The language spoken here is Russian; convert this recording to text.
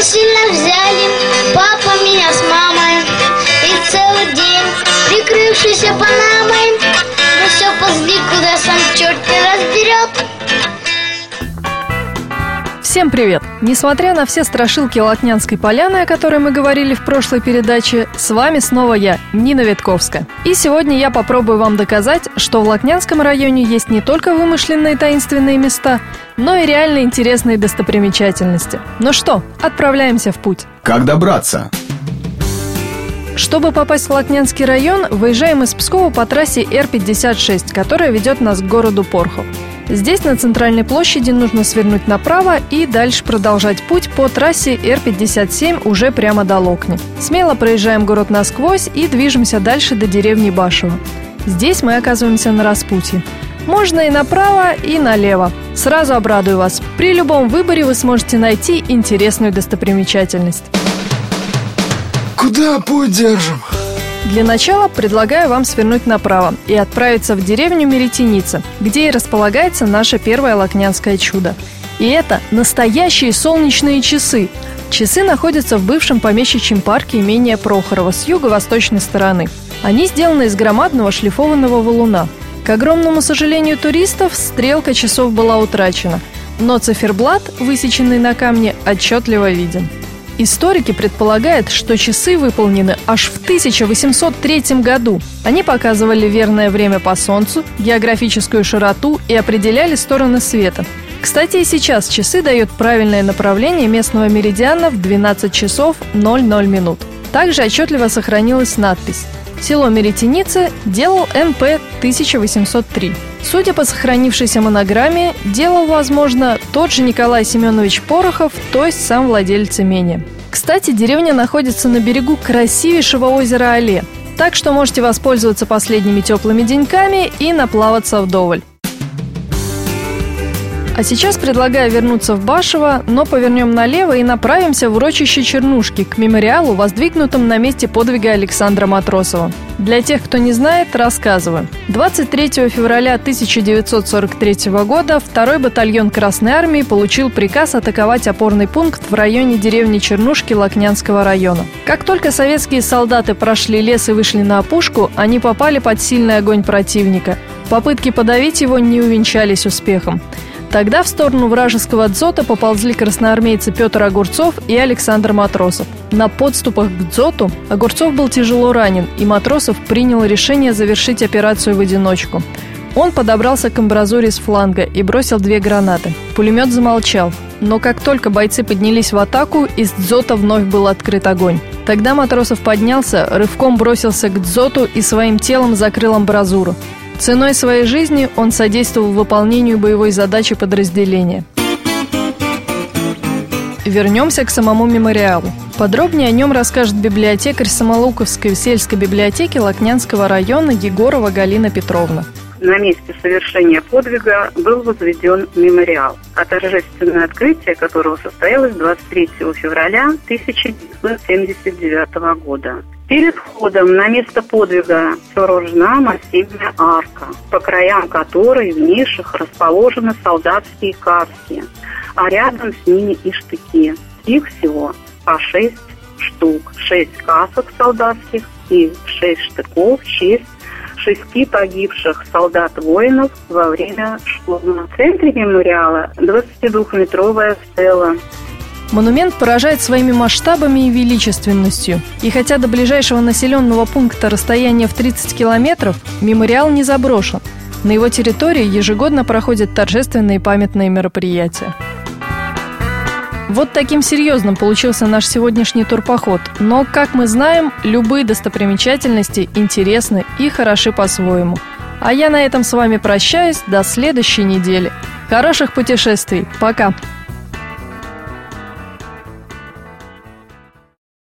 насильно взяли папа меня с мамой. И целый день, прикрывшийся панамой, мы все ползли, куда сам черт не разберет. Всем привет! Несмотря на все страшилки Лакнянской поляны, о которой мы говорили в прошлой передаче, с вами снова я, Нина Витковская. И сегодня я попробую вам доказать, что в Лакнянском районе есть не только вымышленные таинственные места, но и реально интересные достопримечательности. Ну что, отправляемся в путь. Как добраться? Чтобы попасть в Лакнянский район, выезжаем из Пскова по трассе Р-56, которая ведет нас к городу Порхов. Здесь, на центральной площади, нужно свернуть направо и дальше продолжать путь по трассе Р-57 уже прямо до Локни. Смело проезжаем город насквозь и движемся дальше до деревни Башево. Здесь мы оказываемся на распутье. Можно и направо, и налево. Сразу обрадую вас, при любом выборе вы сможете найти интересную достопримечательность. Куда путь держим? Для начала предлагаю вам свернуть направо и отправиться в деревню Меретеница, где и располагается наше первое лакнянское чудо. И это настоящие солнечные часы. Часы находятся в бывшем помещичьем парке имения Прохорова с юго-восточной стороны. Они сделаны из громадного шлифованного валуна. К огромному сожалению туристов, стрелка часов была утрачена, но циферблат, высеченный на камне, отчетливо виден. Историки предполагают, что часы выполнены аж в 1803 году. Они показывали верное время по Солнцу, географическую широту и определяли стороны света. Кстати, и сейчас часы дают правильное направление местного меридиана в 12 часов 00 минут. Также отчетливо сохранилась надпись: «Село Меретеница делал НП 1803». Судя по сохранившейся монограмме, делал, возможно, тот же Николай Семенович Порохов, то есть сам владелец имения. Кстати, деревня находится на берегу красивейшего озера Оле, так что можете воспользоваться последними теплыми деньками и наплаваться вдоволь. А сейчас предлагаю вернуться в Башево, но повернем налево и направимся в урочище Чернушки, к мемориалу, воздвигнутому на месте подвига Александра Матросова. Для тех, кто не знает, рассказываю. 23 февраля 1943 года 2-й батальон Красной Армии получил приказ атаковать опорный пункт в районе деревни Чернушки Лакнянского района. Как только советские солдаты прошли лес и вышли на опушку, они попали под сильный огонь противника. Попытки подавить его не увенчались успехом. Тогда в сторону вражеского дзота поползли красноармейцы Петр Огурцов и Александр Матросов. На подступах к дзоту Огурцов был тяжело ранен, и Матросов принял решение завершить операцию в одиночку. Он подобрался к амбразуре с фланга и бросил 2 гранаты. Пулемет замолчал, но как только бойцы поднялись в атаку, из дзота вновь был открыт огонь. Тогда Матросов поднялся, рывком бросился к дзоту и своим телом закрыл амбразуру. Ценой своей жизни он содействовал выполнению боевой задачи подразделения. Вернемся к самому мемориалу. Подробнее о нем расскажет библиотекарь Самолуковской сельской библиотеки Лакнянского района Егорова Галина Петровна. На месте совершения подвига был возведен мемориал, а торжественное открытие которого состоялось 23 февраля 1979 года. Перед входом на место подвига сооружена массивная арка, по краям которой в нишах расположены солдатские каски, а рядом с ними и штыки. Их всего по 6 штук, 6 касок солдатских и 6 штыков в честь 6 погибших солдат-воинов во время штурма. В центре мемориала 22-метровая стела. Монумент поражает своими масштабами и величественностью. И хотя до ближайшего населенного пункта расстояние в 30 километров, мемориал не заброшен. На его территории ежегодно проходят торжественные и памятные мероприятия. Вот таким серьезным получился наш сегодняшний турпоход. Но, как мы знаем, любые достопримечательности интересны и хороши по-своему. А я на этом с вами прощаюсь до следующей недели. Хороших путешествий. Пока!